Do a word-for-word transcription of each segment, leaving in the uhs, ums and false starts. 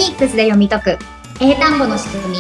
ニックスで読み解く英単語の仕組み。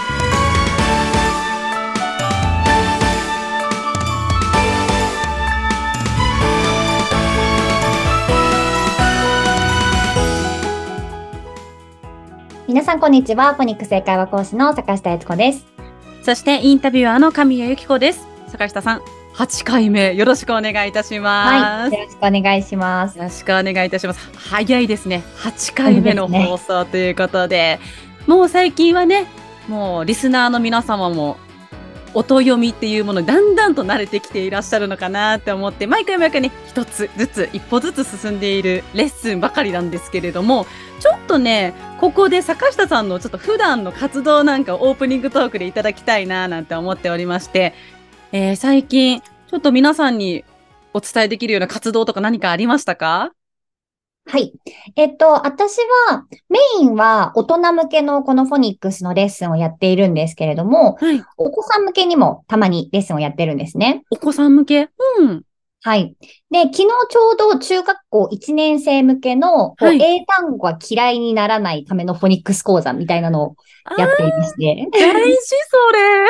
皆さんこんにちは。フォニックス英会話講師の坂下悦子です。 そしてインタビュアーの神谷由紀子です。坂下さん、はちかいめよろしくお願いいたします。 はい、よろしくお願いします。 よろしくお願いいたします。早いですね。はちかいめの放送ということで、もう最近はね、もうリスナーの皆様も音読みっていうものにだんだんと慣れてきていらっしゃるのかなって思って、毎回毎回ね、一つずつ一歩ずつ進んでいるレッスンばかりなんですけれども、ちょっとね、ここで坂下さんのちょっと普段の活動なんかをオープニングトークでいただきたいななんて思っておりまして、えー、最近ちょっと皆さんにお伝えできるような活動とか何かありましたか？ はい。えっと、私は、メインは大人向けのこのフォニックスのレッスンをやっているんですけれども、 はい。 お子さん向けにもたまにレッスンをやってるんですね。 お子さん向け？うん。 はい。で、昨日ちょうど中学校いちねん生向けの、こう、 はい。 英単語が嫌いにならないためのフォニックス講座みたいなのをあー、 やっていまして。 大事それ。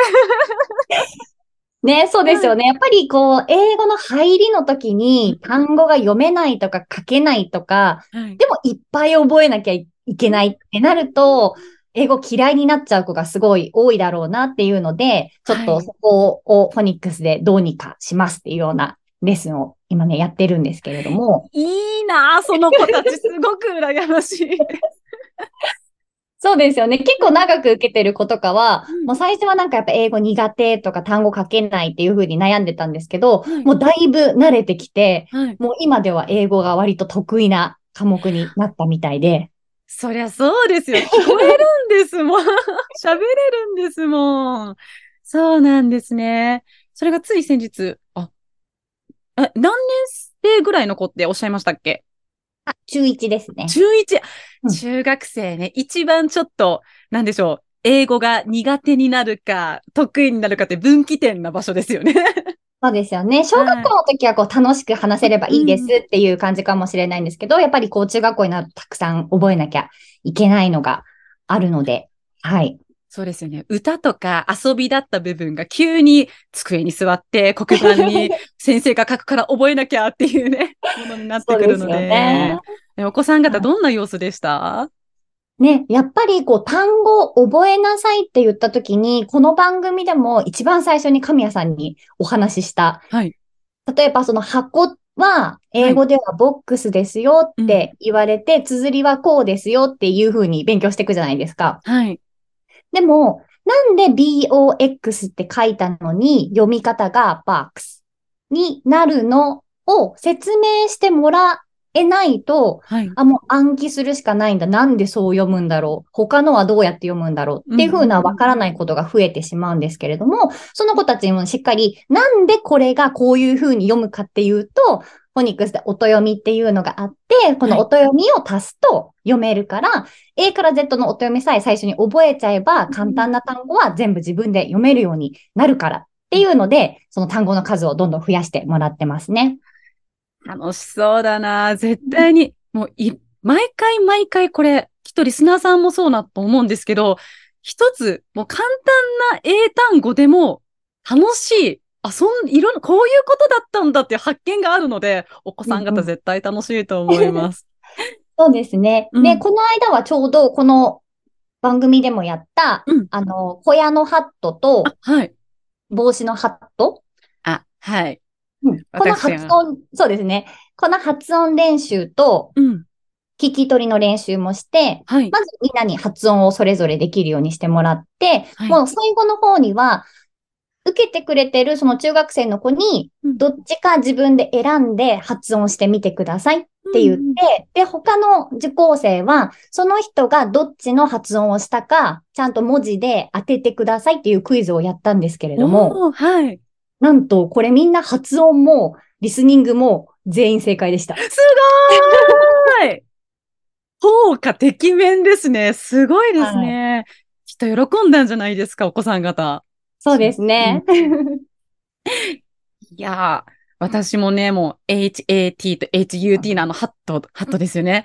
ね、そうですはい。 よね。やっぱりこう、英語の入りの時に単語が読めないとか書けないとか、 はい。 でもいっぱい覚えなきゃいけないってなると、英語嫌いになっちゃう子がすごい多いだろうなっていうので、ちょっはい。 とそこをフォニックスでどうにかしますっていうようなレッスンを今ね、やってるんですけれども。 いいなあ、その子たちすごく羨ましい。 そうですよね。結構長く受けてる子とかは、 うん。 もう最初はなんかやっぱ英語苦手とか単語書けないっていう風に悩んでたんですけど、 はい。 もうだいぶ慣れてきて、 はい。 もう今では英語が割と得意な科目になったみたいで。 そりゃそうですよ。聞こえるんですもん。喋れるんですもん。そうなんですね。それがつい先日、あ、え、何年生ぐらいの子っておっしゃいましたっけ？ あ、中いちですね。 中いち、 うん。 中学生ね。一番ちょっと、なんでしょう。英語が苦手になるか、得意になるかって分岐点な場所ですよね。 そうですよね。小学はい。 校の時はこう楽しく話せればいいですうん。 っていう感じかもしれないんですけど、やっぱりこう中学校になるとたくさん覚えなきゃいけないのがあるので、はい。 そうですよね。歌とか遊びだった部分が急に机に座って黒板に先生が書くから覚えなきゃっていうね、ものになってくるのそうですよね。 で、えお子さん方どんな様子でした？ ね、やっぱりこう単語を覚えなさいって言った時に、この番組でも一番最初に神谷さんにお話しした。 はい。 例えばその箱は英はい。 語ではボックスですよっうん。 て言われて、綴りはこうですよっていう風に勉強していくじゃないですか。 はい。 でも、なんで ボックス って書いたのに読み方が ボックス になるのを説明してもらえないと、 はい。 あ、もう暗記するしかないんだ。なんでそう読むんだろう。他のはどうやって読むんだろううん。 っていう風なうん。 わからないことが増えてしまうんですけれども、その子たちにもしっかり、なんでこれがこういう風に読むかっていうと、フォニックスで音読みっていうのがあって、こはい。 の音読みを足すと読めるから、A から Z の音読みさえ最初に覚えちゃえば、簡単な単語は全部自分で読めるようになるからっていうので、その単語の数をどんどん増やしてもらってますね。 楽しそうだな。絶対に、もうい、毎回毎回これ、きっとリスナーさんもそうなと思うんですけど、一つ、もう簡単な英単語でも楽しい。あ、そん、いろん、こういうことだったんだっていう発見があるので、お子さんうんうん。 方絶対楽しいと思います。 そうですね。で、 うん。 この間はちょうどこの番組でもやった、 うん。 あの、小屋のハットあ、 とはい。 帽子のハット。 あ、はい。 うん。この私が。 発音、そうですね。この発音練習とうん。 聞き取りの練習もして、 はい。 まずみんなに発音をそれぞれできるようにしてもらって、 はい。 もう最後の方には、受けてくれてるその中学生の子に、 うん。 どっちか自分で選んで発音してみてくださいっうん。 て言っうん。 て、で、他の受講生は、その人がどっちの発音をしたか、ちゃんと文字で当ててくださいっていうクイズをやったんですけれども、 おー、はい。 なんと、これみんな発音も、リスニングも全員正解でした。 すごーい。効果てきめんですね。すごいですはい。 ね。きっと喜んだんじゃないですか、お子さん方。 そうですうん。 ね。 いやー、私もね、もう エイチエーティー と エイチユーティー のあのハット、ハットですよね。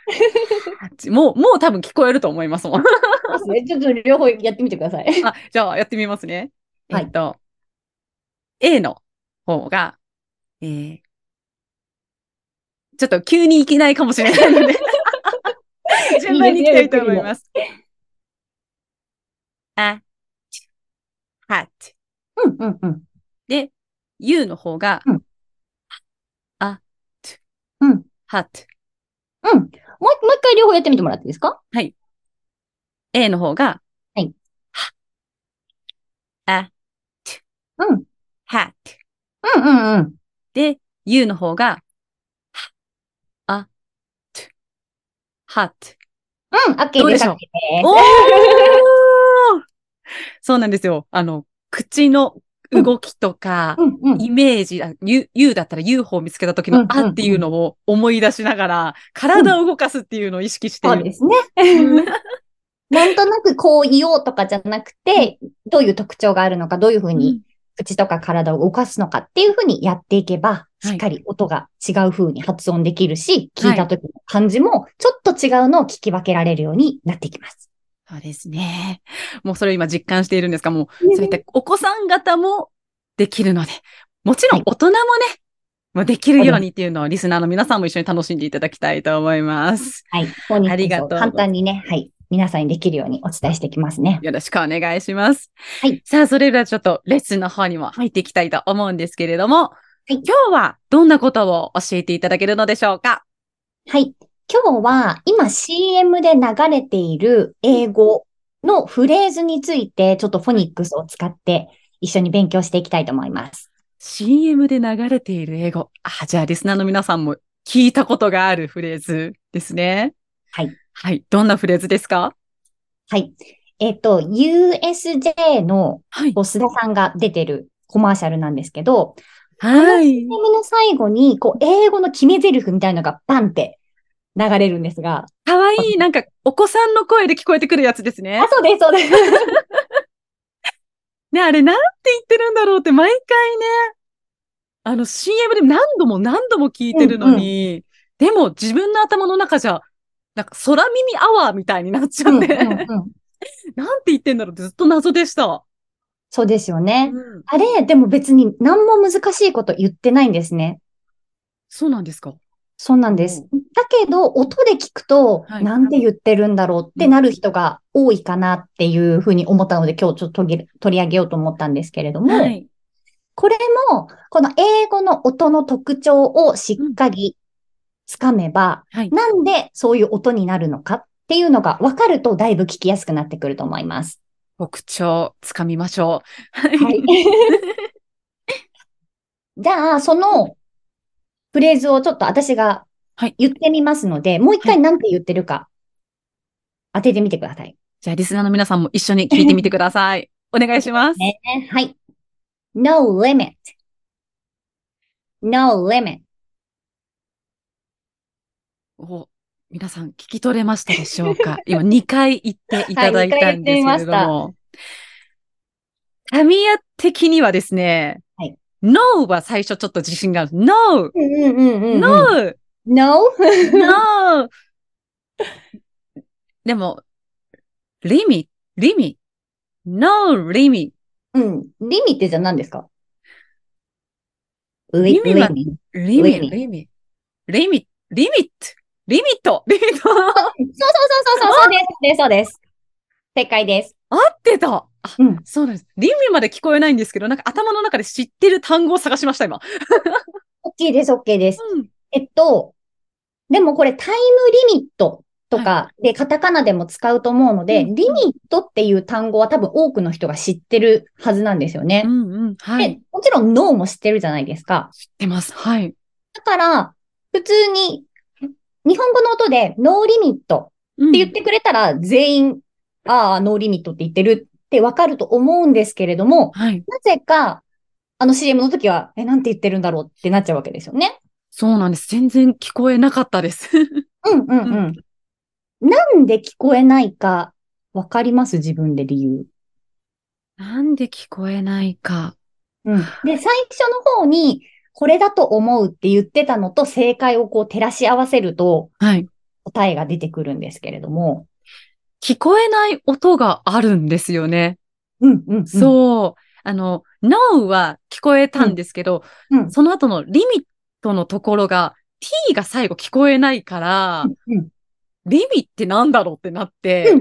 もう、もう多分聞こえると思いますもん。 そうですね。ちょっと両方やってみてください。 あ、じゃあやってみますね。 はい。 えっと、A の方が、えー、ちょっと急にいけないかもしれないので順いいですね、ゆ番に行きたいとっくりで。 思います。あ、hat。 うん、うん、うん。 で、U の方が、 うん、 あ、 うん、 hat。 うん。もう、もう一回両方やってみてもらっていいですか？ はい。A の方が、 はい。 あ、 うん、 hat。 うん、うん、うん。 で、U の方が、あ、hat。 うん、OK です、OK どうでしょう？ です。 おーそうなんですよ。あの、口のうん、 動きとか、 うん、うん、 イメージ、あ U, U だったら ユーフォー を見つけた時うん、うん、 のあっていううん。 のを思い出しながら、 うん、 体を動かすっていうのを意識している。 そうですね。なんとなくこう言おうとかじゃなくうん、 て、どういう特徴があるのか、どういうふうにうん、 口とか体を動かすのかっていうふうにやっていけば、しはい、 っかり音が違うふうに発音できるし、聞いはい。 た時の感じもちょっと違うのを聞き分けられるようになってきます。 そうですね。もうそれを今実感しているんですが、もうそういったお子さん方もできるので、もちろはい。 ん大人もね、もうできるようそうです。 にっていうのをリスナーの皆さんも一緒に楽しんでいただきたいと思います。 はい。フォニありックスをがとうございます。 簡単にね、はい。皆さんにできるようにお伝えしていきますね。 よろしくお願いします。 はい。 さあ、それではちょっとレッスンの方にも入っていきたいと思うんですけれども、 はい。 今日はどんなことを教えていただけるのでしょうか？ はい。今日は今 シーエム で流れている英語のフレーズについてちょっとフォはい。 ニックスを使って一緒に勉強していきたいと思います。 シーエム で流れている英語。あ、じゃあリスナーの皆さんも聞いたことがあるフレーズですね。 はい。 はい。どんなフレーズですか？ はい。えっと、ユーエスジェー のはい。 こう須田さんが出てるコマーシャルなんですけど、あのはい。 シーエム の最後にこう英語の決め台詞みたいなのがバンって流れるんですが、 かわいい。 あ、 なんか、お子さんの声で聞こえてくるやつですね。 そうです、そうです。 ね、あれなんて言ってるんだろうって毎回ね、あの シーエム で何度も何度も聞いてるのうん、うん、 に、でも自分の頭の中じゃ、なんか空耳アワーみたいになっちゃうん、うん、 ってうん。 なんて言ってんだろうってずっと謎でした。 そうですよね。 うん。 あれ、でも別に何も難しいこと言ってないんですね。 そうなんですか？ そうなんです。 おう。 だけど、音で聞くと、 はい。 なんて言ってるんだろうっうん。 てなる人が多いかなっていうふうに思ったので、今日ちょっと取り取り上げようと思ったんですけれども、 はい。 これも、この英語の音の特徴をしうん。 っかりつかめば、 はい。 なんでそういう音になるのかっていうのが分かると、だいぶ聞きやすくなってくると思います。 特徴つかみましょう。ははい。 い。 じゃあ、そのフレーズをちょっと私がはい。 言ってみますので、もう一はい。 回何て言ってるか当ててみてください。 じゃあ、リスナーの皆さんも一緒に聞いてみてください。お願いします。 ね。はい。No limit, no limit. お、皆さん聞き取れましたでしょうか？今にかい言っていはい、 ただいにかい言ってみたんですけました。 れども、タミヤ的にはですね、 はい。 No は最初ちょっと自信がある。No! うんうんうんうんうん。 No! No? No! でも、limit, limit, no limit. うん。リミってじゃあ何ですか？リ、 limit は、 リミ、リ limit, ミ。 limit, limit, limit, リミット、リミット。 そうそうそうそうそう、そうです、そうです、そうです。正解です。 合ってた。あ、 うん。 そうなんです。リミまで聞こえないんですけど、なんか頭の中で知ってる単語を探しました、今。 OK です、OK です。 うん。 えっと、でもこれタイムリミットとはい。 かでカタカナでも使うと思うので、 うん、 リミうん、 ットっていう単語は多分多くの人が知ってるはずなんですよね。 うん、うん。はで、 い。 もちろんノーも知ってるじゃないですか。 出ます。はい。 だから、普通に日本語の音でノーリミットっうん。 て言ってくれたら全員、ああ、ノーリミットって言ってるってわかると思うんですけれども、 はい。 なぜか、あの シーエム の時は、え、なんて言ってるんだろうってなっちゃうわけですよね。 そうなんです。全然聞こえなかったです。 うんうんうん。 うん。なんで聞こえないか、わかります自分で理由。 なんで聞こえないか。 うん。で、最初の方に、これだと思うって言ってたのと正解をこう照らし合わせると、 はい。 答えが出てくるんですけれども。 聞こえない音があるんですよね。 うん、うん、うん。 そう。あの、No は聞こえたんですけど、 うん、 その後のリミットのところが T が最後聞こえないから、 うん、 リミってなんだろうってなって、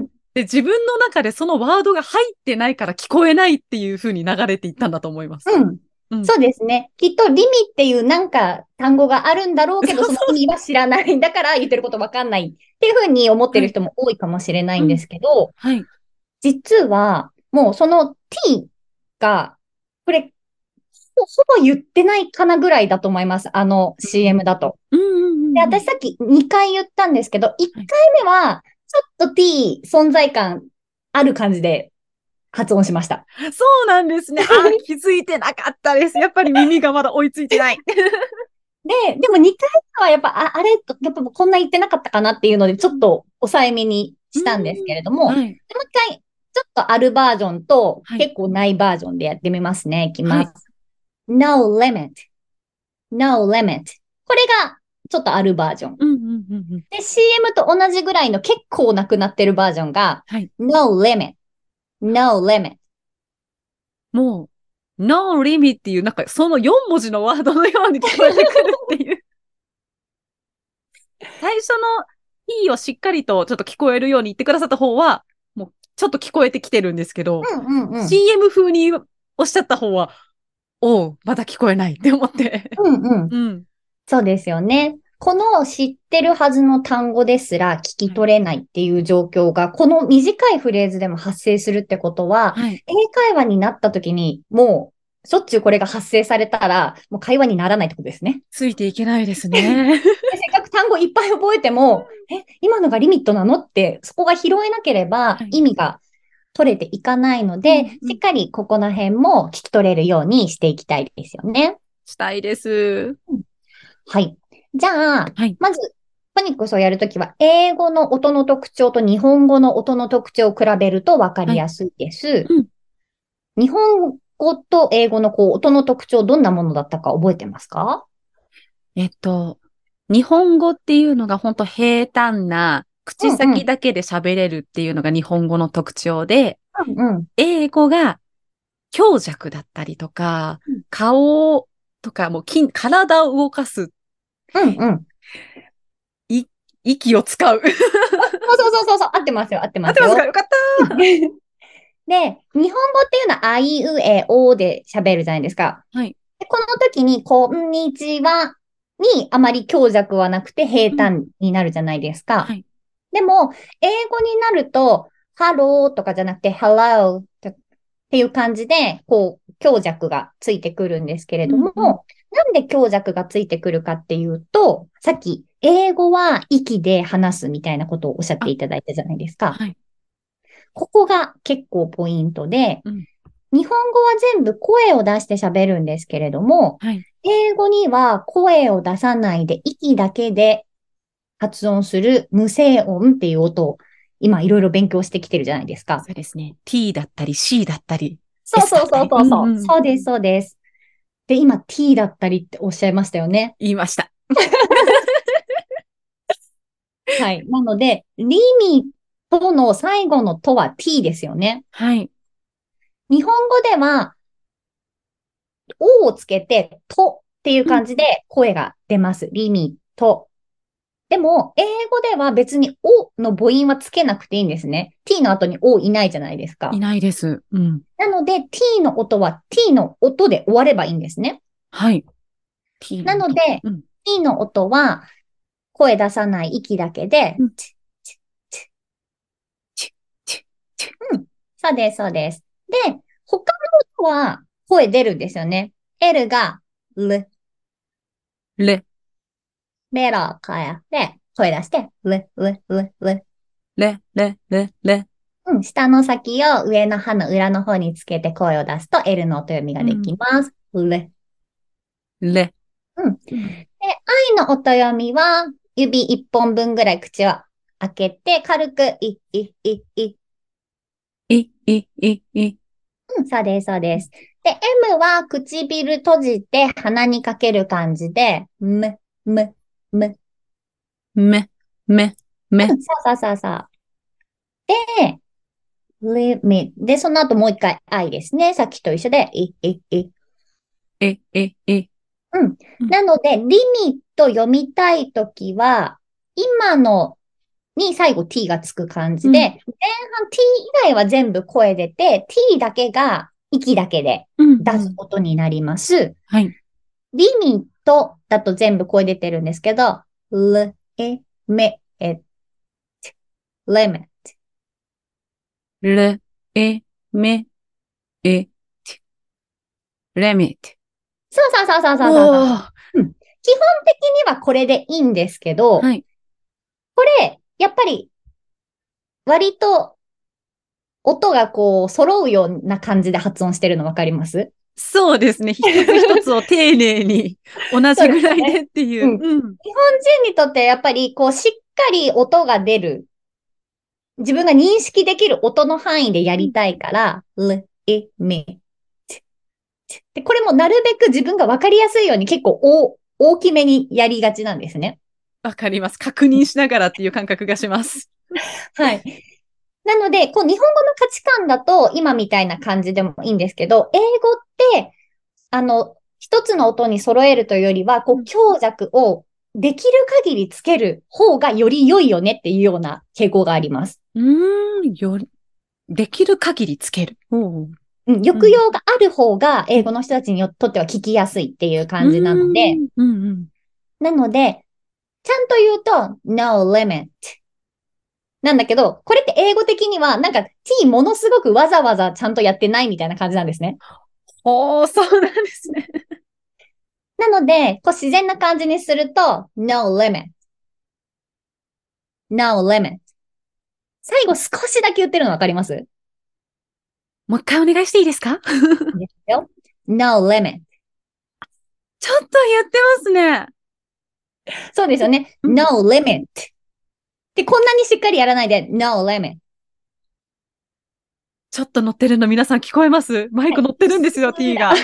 うん、 で、自分の中でそのワードが入ってないから聞こえないっていう風に流れていったんだと思います。 うん。 うん。 そうですね。きっとリミっていうなんか単語があるんだろうけど、 そうそう。 その意味は知らない。だから言ってることわかんないっていうふうに思ってはい。 る人も多いかもしれないうん。 んですけど、 はい。 実はもうその t が、これ、ほほぼ言ってないかなぐらいだと思います。あの シーエム だと。 うんうんうんで、 うん。 私さっきにかい言ったんですけど、1 はい。 回目はちょっと t 存在感ある感じで発音しました。 そうなんですね。あー、気づいてなかったです。やっぱり耳がまだ追いついてない。 で、でもにかいめはやっぱ、あ、あれ、やっぱこんな言ってなかったかなっていうので、ちょっと抑えめにうしたんですけん。 れども、もうはい。 一回、ちょっとあるバージョンとはい。 結構ないバージョンでやってみますね。いきはい。 ます。No limit, no limit. これがちょっとあるバージョン。 うんうんうんうん。 で、シーエム と同じぐらいの結構なくなってるバージョンがはい。 No limit, no limit. もう、No limit っていう、なんかそのよん文字のワードのように聞こえてくるっていう。最初の T をしっかりとちょっと聞こえるように言ってくださった方は、もうちょっと聞こえてきてるんですけど、 うんうんうん。 シーエム 風におっしゃった方は、おう、まだ聞こえないって思って。 うんうん。 うん。 そうですよね。この知ってるはずの単語ですら聞きはい。 取れないっていう状況が、この短いフレーズでも発生するってことは、 はい。 英会話になった時に、もう、しょっちゅうこれが発生されたら、もう会話にならないってことですね。 ついていけないですね。 でせっかく単語いっぱい覚えても、え、今のがリミットなのって、そこが拾えなければはい。 意味が取れていかないので、 うんうん。 しっかりここの辺も聞き取れるようにしていきたいですよね。 したいです。 はい。じゃあ、 はい。 まず、フォニックスをやるときは、英語の音の特徴と日本語の音の特徴を比べると分かりはい。 やすいです。 うん。 日本語と英語のこう音の特徴、どんなものだったか覚えてますか？ えっと、日本語っていうのが本当平坦な、口うんうん。 先だけで喋れるっていうのが日本語の特徴で、 うんうん。 英語が強弱だったりとか、顔とかもう筋、体を動かす、 うんうん。 い、息を使う。 そうそうそうそうそう、合ってますよ、合って合ってますか？ ますよ。 よかったで、日本語っていうのは、あいうえおで喋るじゃないですか。 ー。はい。 でこの時に、こんにちはにあまり強弱はなくて平うん。 坦になるじゃないですか。 はい。 でも、英語になると、ハローとかじゃなくて、hello っていう感じで、こう、強弱がついてくるんですけれども、 うんうん。 なんで強弱がついてくるかっていうと、さっき、英語は息で話すみたいなことをおっしゃってあ、 いただいたじゃないですか。 はい。 ここが結構ポイントで、 うん。 日本語は全部声を出して喋るんですけれども、 はい。 英語には声を出さないで息だけで発音する無声音っていう音を今いろいろ勉強してきてるじゃないですか。 そうですね。T だったり C だったりそう S だそうそうったり。うそうそう。 んうん。 そうです、そうです。で、今 t だったりっておっしゃいましたよね。 言いました。 はい。なので、リミットの最後のとは t ですよね。 はい。 日本語では、おをつけて、とっていううん。 感じで声が出ます。リミット。でも、英語では別におの母音はつけなくていいんですね。t の後においないじゃないですか。 いないです。うん。 なので、t の音は t の音で終わればいいんですね。 はい。T の音。 なので、 うん。 t の音は声出さない息だけで、 うん。 チッチッチッチチチうん。そうです、そうです。で、他の音は声出るんですよね。L が、ル、 レ、 メロから、で、声出して、ル、ル、ル、ル。 レ、レ、レ、レ。 うん、下の先を上の歯の裏の方につけて声を出すと L の音読みができうん。 ます。ル。 レ。 うん。で、 うん。 I の音読みは、指一本分ぐらい口を開けて、軽く、い、い、い、い。 い、い、い、い。 うん、そうです、そうです。で、M は唇閉じて鼻にかける感じで、む、む、む。 め、め。 め。 そうそうそうそう。で、limit。で、その後もう一回 I ですね。さっきと一緒で、い、い、い。 え、え、え。 うん。 うん。 なので、リミット読みたいときは、今のに最後 t がつく感じで、 うん。 前半 t 以外は全部声出て、t だけが息だけでうん。う出すん。 音になります。 はい。 リミットだと全部声出てるんですけど、l, え、め、え、limit。 れ、え、め、え、レミット。 そうそうそうそうそうそうそう。 おー。 うん。基本的にはこれでいいんですけど、 はい。 これ、やっぱり割と音がこう揃うような感じで発音してるのわかります？ そうですね。一つ一つを丁寧に同そうじぐらいでですよね。 っていう。 うん。日うん。 本人にとってやっぱりこうしっかり音が出る、自分が認識できる音の範囲でやうん。 りたいから、l, え、め、で、これもなるべく自分がわかりやすいように結構大、大きめにやりがちなんですね。 わかります。確認しながらっていう感覚がします。 はい。なので、こう、日本語の価値観だと、今みたいな感じでもいいんですけど、英語って、あの、一つの音に揃えるというよりは、こう、 うん。 強弱をできる限りつける方がより良いよねっていうような傾向があります。 うーん、より、できる限りつける。おう。 うん、 うん。 抑揚がある方が、 うん。 英語の人たちにとっては聞きやすいっていうう感じなので、 ーん。うん。うん。 なので、ちゃんと言うと、no limit。なんだけど、これって英語的には、なんか t ものすごくわざわざちゃんとやってないみたいな感じなんですね。 おー、そうなんですね。 なので、こう自然な感じにすると、no limit, no limit。最後少しだけ言ってるのわかります？ もう一回お願いしていいですか？ いいですよ。no limit。 ちょっと言ってますね。 そうですよね。 うん。 no limit。で、こんなにしっかりやらないで、no limit。 ちょっと乗ってるの皆さん聞こえます？マイク乗ってるんですよ、T が。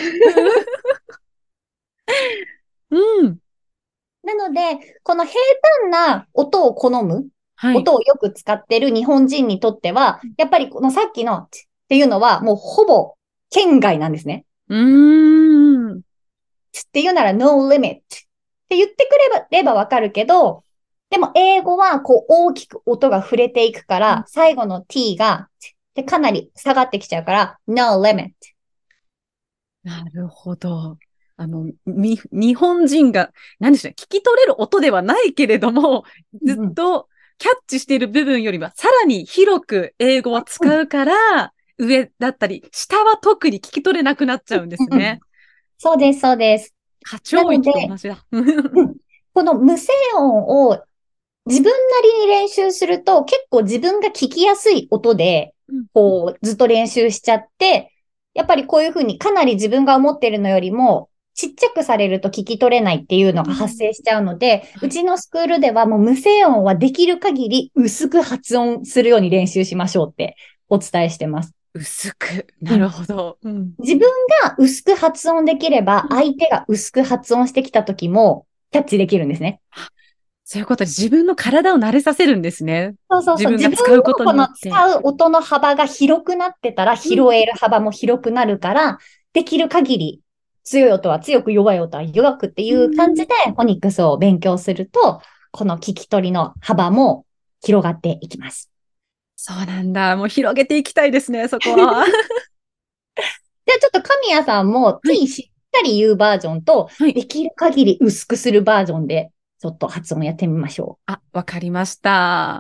うん。 なので、この平坦な音を好む、 はい。 音をよく使ってる日本人にとっては、やっぱりこのさっきのっていうのはもうほぼ圏外なんですね。 うーん。 っていうなら no limit って言ってくればればわかるけど、でも英語はこう大きく音が触れていくから、最後の t がでかなり下がってきちゃうから no limit。 なるほど。あの、み、日本人が、何でしょうね、聞き取れる音ではないけれども、ずっうんうんとキャッチしている部分よりは、さらに広く英語はうん使うから、上だったり、下は特に聞き取れなくなっちゃうんですうん。 ね。 そうです、そうです。 波なので、 長域と同じだ。 うん、この無声音を自分なりに練習すると結構自分が聞きやすい音で、 うん。 こうずっと練習しちゃって、やっぱりこういうふうにかなり自分が思ってるのよりもちっちゃくされると聞き取れないっていうのが発生しちゃうので、 はい。 うちのスクールではもう無声音はできる限り薄く発音するように練習しましょうってお伝えしてます。 薄く。なるうん。 ほど。うん。 自分が薄く発音できればうん。 相手が薄く発音してきた時もキャッチできるんですね。 あ、そういうことで自分の体を慣れさせるんですね。自そうそうそう。自分分が使うことのこのによって。 使う音の幅が広くなってたら、 うん。 拾える幅も広くなるから、できる限り強い音は強く弱い音は弱くってういう感じん。 で、フォニックスを勉強すると、この聞き取りの幅も広がっていきます。 そうなんだ。もう広げていきたいですね、そこは。 じゃあちょっと神谷さんもはい。 t しっかり言うバージョンと、 はい。 できる限り薄くするバージョンで、ちょっと発音やってみましょあ、わかりました。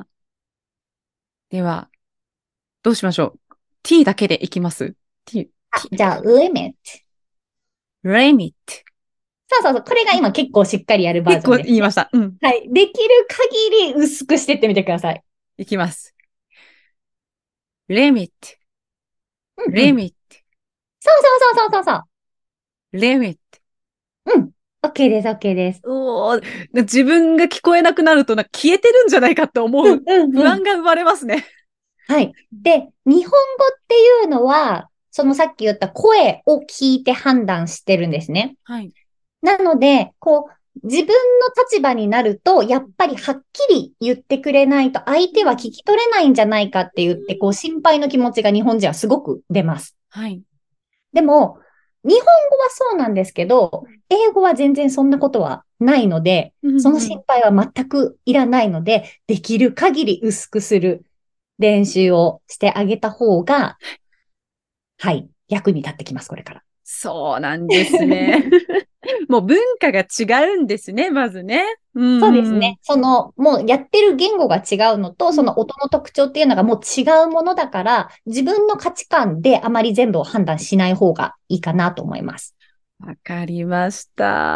では、どうしましょう。t だけでいきます？ t、 う。あ、 t だけ。 じゃあ、limit。 limit。 そうそうそう。これが今結構しっかりやるバー結構ジョンですね。 言いました。うん。 はい。できる限り薄くしてってみてください。 いきます。limit。 うんうん。 limit。 そうそうそうそうそうそ limit。 う。うん。OK です、OK です。 おー、自分が聞こえなくなるとな、消えてるんじゃないかって思ううんうん不うん。 安が生まれますね。 はい。で、日本語っていうのは、そのさっき言った声を聞いて判断してるんですね。 はい。 なので、こう、 自分の立場になると、やっぱりはっきり言ってくれないと相手は聞き取れないんじゃないかって言って、こう心配の気持ちが日本人はすごく出ます。 はい。 でも、日本語はそうなんですけど、英語は全然そんなことはないので、その心配は全くいらないので、できる限り薄くする練習をしてあげた方が、はい、役に立ってきます、これから。 そうなんですね。もう文化が違うんですね、まずね。うんうん、 そうですね。その、もうやってる言語が違うのと、その音の特徴っていうのがもう違うものだから、自分の価値観であまり全部を判断しない方がいいかなと思います。 わかりました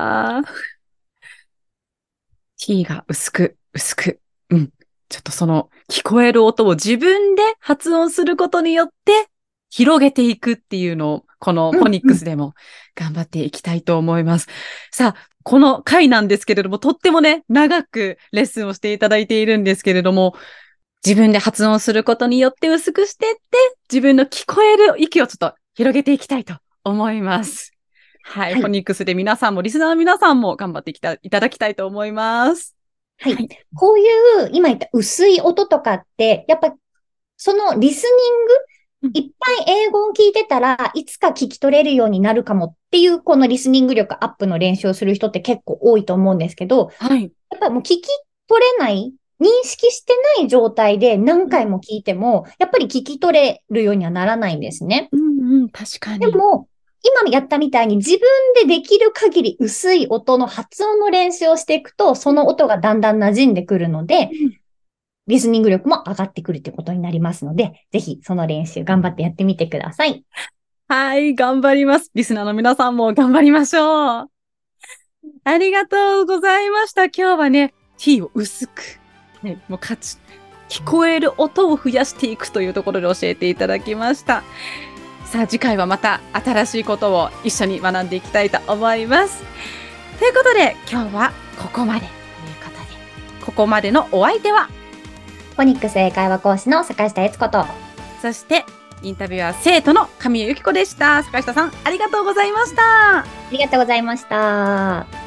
。t が薄く、薄く。うん。ちょっとその聞こえる音を自分で発音することによって広げていくっていうのを、このフォニックスでも頑張っていきたいと思います。うんうん、さあ、この回なんですけれども、とってもね、長くレッスンをしていただいているんですけれども、自分で発音することによって薄くしていって、自分の聞こえる域をちょっと広げていきたいと思います。はい。はい、フォニックスで皆さんも、リスナーの皆さんも頑張っていただきたいと思います。 はい。はい、こういう、今言った薄い音とかって、やっぱ、そのリスニング、いっぱい英語を聞いてたらいつか聞き取れるようになるかもっていう、このリスニング力アップの練習をする人って結構多いと思うんですけど、 はい。 やっぱもう聞き取れない、認識してない状態で何回も聞いても、やっぱり聞き取れるようにはならないんですね。 うんうん、確かに。 でも、今やったみたいに自分でできる限り薄い音の発音の練習をしていくと、その音がだんだん馴染んでくるので、うん、リスニング力も上がってくるってことになりますので、ぜひその練習頑張ってやってみてください。 はい、頑張ります。リスナーの皆さんも頑張りましょう。ありがとうございました。今日はね、t を薄く、ね、もうかつ、聞こえる音を増やしていくというところで教えていただきました。さあ、次回はまた新しいことを一緒に学んでいきたいと思います。ということで、今日はここまでということで、ここまでのお相手は、 フォニックス英会話講師の坂下悦子と、 そしてインタビュアー生徒の神谷由紀子でした。坂下さん、ありがとうございました。 ありがとうございました。